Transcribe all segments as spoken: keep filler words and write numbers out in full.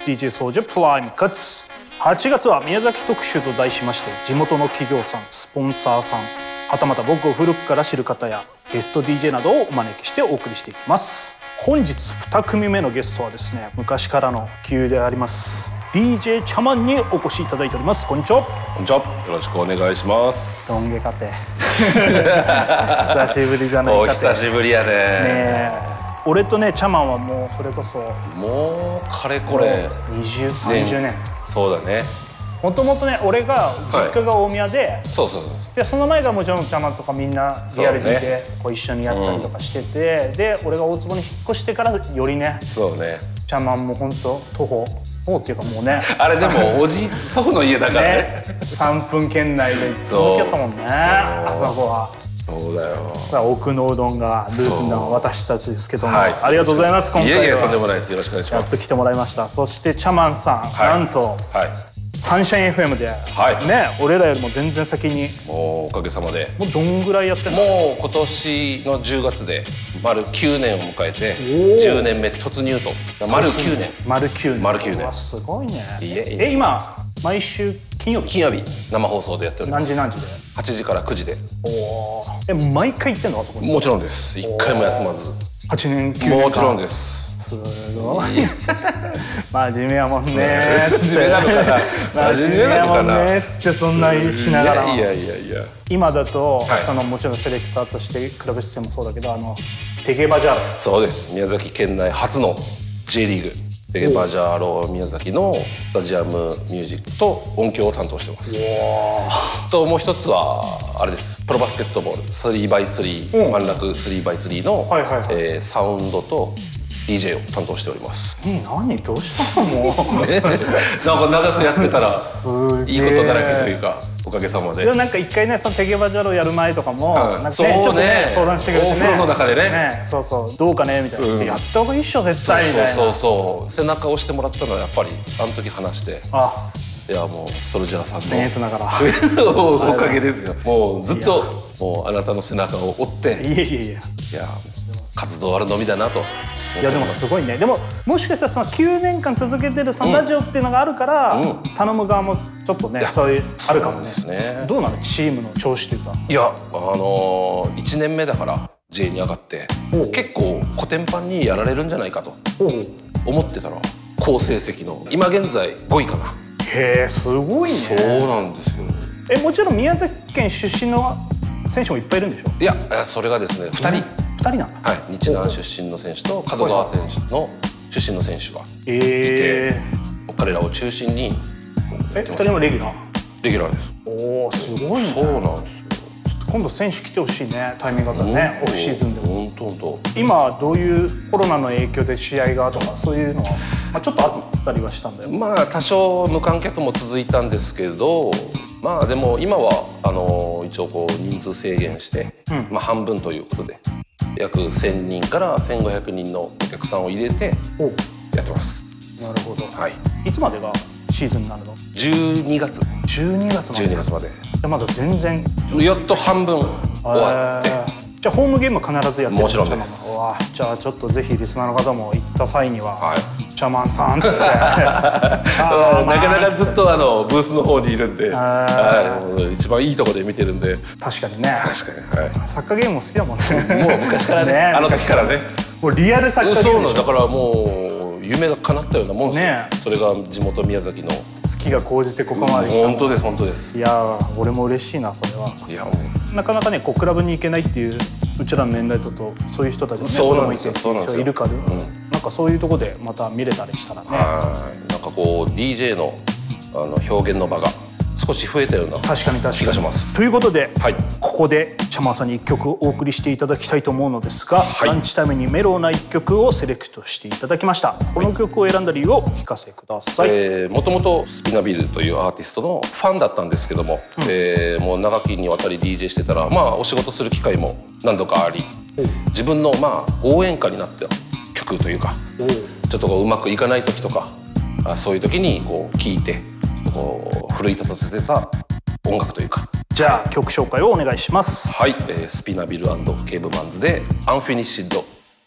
ディージェー 奏者プライムカツ。はちがつは宮崎特集と題しまして、地元の企業さん、スポンサーさん、はたまた僕を古くから知る方やゲスト ディージェー などをお招きしてお送りしていきます。本日に組目のゲストはですね、昔からの旧友でありますディージェー チャマンにお越しいただいております。こんにちは。 こんにちは。よろしくお願いします。 どんげかて久しぶりじゃないかて。 お久しぶりやね。ねえ俺とねチャマンはもうそれこそもうかれこれにじゅう、さんじゅうねん。 そうだね。 もともとね俺が実家が大宮で、はい、 そうそうそう。 でその前がもちろんチャマンとかみんなリアルでこう一緒にやったりとかしてて、うん、で俺が大坪に引っ越してからよりね、 そうね、 チャマンも本当徒歩徒歩っていうかもうねあれでもおじ祖父の家だからねねさんぷん圏内で続きやったもんね、あそこは。 そうだよ。 奥のうどんがルーツな私たちですけども、はい、ありがとうございます。今回はいやいやとんでもないです。よろしくお願いします。 やっと来てもらいました。そしてチャマンさん、はい、なんと、はい、サンシャイン エフエム で、はい、ね俺らよりも全然先にもうおかげさまでもうどんぐらいやってんの？ もう今年のじゅうがつで丸きゅうねんを迎えてじゅうねんめ突入と丸きゅうねん丸きゅうねん丸きゅうねんすごいね。 いえいええ今毎週金曜日金曜日生放送でやっております。 何時何時で？ はちじからくじで。 おお。え毎回行ってんのあそこに？ もちろんです。いっかいも休まず。 はちねんきゅうねんか。 もちろんです。 すごい真面目やもんねー真面目なのかな真面目やもんねーつってそんなしながらいやいやいや今だと、はい、そのもちろんセレクターとしてクラブ出演もそうだけどあのテゲバジャーロ。 そうです。宮崎県内初の J リーグテゲバジャーロ宮崎のスタジアムミュージックと音響を担当してます。ともう一つはあれです。プロバスケットボール スリーバイスリー、うん、満楽 スリーバイスリー の、はいはいはい、えー、サウンドとディージェー を担当しております。 え、何どうしたのもうなんか長くやってたらいいことだらけというかおかげさまで。 でもなんか一回ねそのテゲバジャロやる前とかも、うん、なんかねちょっとね相談してくれてね。お風呂の中でね。 ねそうそうどうかねみたいな、うん、やった方がいいっしょ絶対みたいな。 そうそうそう背中を押してもらったのはやっぱりあの時話して。あいやもうソルジャーさんの僭越ながらおかげですよ。もうずっともうあなたの背中を追っていやいやいやいや活動あるのみだなと。 いやでもすごいね。でももしかしたらそのきゅうねんかん続けてるそのラジオっていうのがあるから、うん、頼む側もちょっとねそういうあるかもね。ねどうなのチームの調子というか。 いやあのー、いちねんめだから J に上がって結構コテンパンにやられるんじゃないかと思ってたら好成績の今現在ごいかな。 へえすごいね。 そうなんですよ。 えもちろん宮崎県出身の選手もいっぱいいるんでしょ？いやそれがですねふたりふたりなんだ。 はい日南出身の選手と門川選手の出身の選手がいて、えー、彼らを中心にえふたりもレギュラー？ レギュラーです。 おおすごいね。 そうなんですよ。 今度選手来てほしいねタイミングだったらねオフシーズンでも。 本当本当。 今どういうコロナの影響で試合がとかそういうのは、まあ、ちょっとあったりはしたんだよ。 まあ多少無観客も続いたんですけどまあでも今はあの一応こう人数制限して、うんまあ、半分ということで約せんにんからせんごひゃくにんのお客さんを入れてやってます。 なるほど。 はい。 いつまでがシーズンになるの？ じゅうにがつ。 じゅうにがつまで。 じゅうにがつまで。 じゃまだ全然。 やっと半分終わって。 じゃあホームゲーム必ずやってる。 もちろんです。 わあ、じゃあちょっとぜひリスナーの方も行った際には、はい、チャマンさんってなかなかずっとあのブースの方にいるんで、はい、一番いいところで見てるんで。 確かにね。 確かに。はい。 サッカーゲームも好きだもんね。 もう昔からね。あの時からね。 もうリアルサッカーゲーム。 そうだからもう夢が叶ったようなもんですよ。それが地元宮崎の。 好きが高じてここまで来た。 本当です本当です。 いや俺も嬉しいなそれは。いやもうなかなかねこうクラブに行けないっていううちらの年代だとそういう人たちもね子供いているから、なんかそういうところでまた見れたりしたらね。 はいなんかこう ディージェー のあの表現の場が少し増えたような気がします。 ということで、はい、ここでチャマンさんにいっきょくお送りしていただきたいと思うのですが、はい、ランチタイムにメロウないっきょくをセレクトしていただきました。この曲を選んだ理由をお聞かせください。 えー、もともとスピナビルというアーティストのファンだったんですけども、うんえー、もう長きにわたり ディージェー してたら、まあ、お仕事する機会も何度かあり、うん、自分の、まあ、応援歌になった曲というか、うん、ちょっとこううまくいかない時とかあそういう時にこう聴いてこう奮い立たせてた音楽というか。 じゃあ曲紹介をお願いします。 はい、えー、スピナビル&ケーブマンズでアンフィニッシッド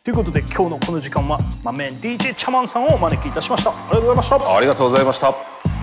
ということで今日のこの時間はマメン ディージェー チャマンさんをお招きいたしました。ありがとうございました。 ありがとうございました。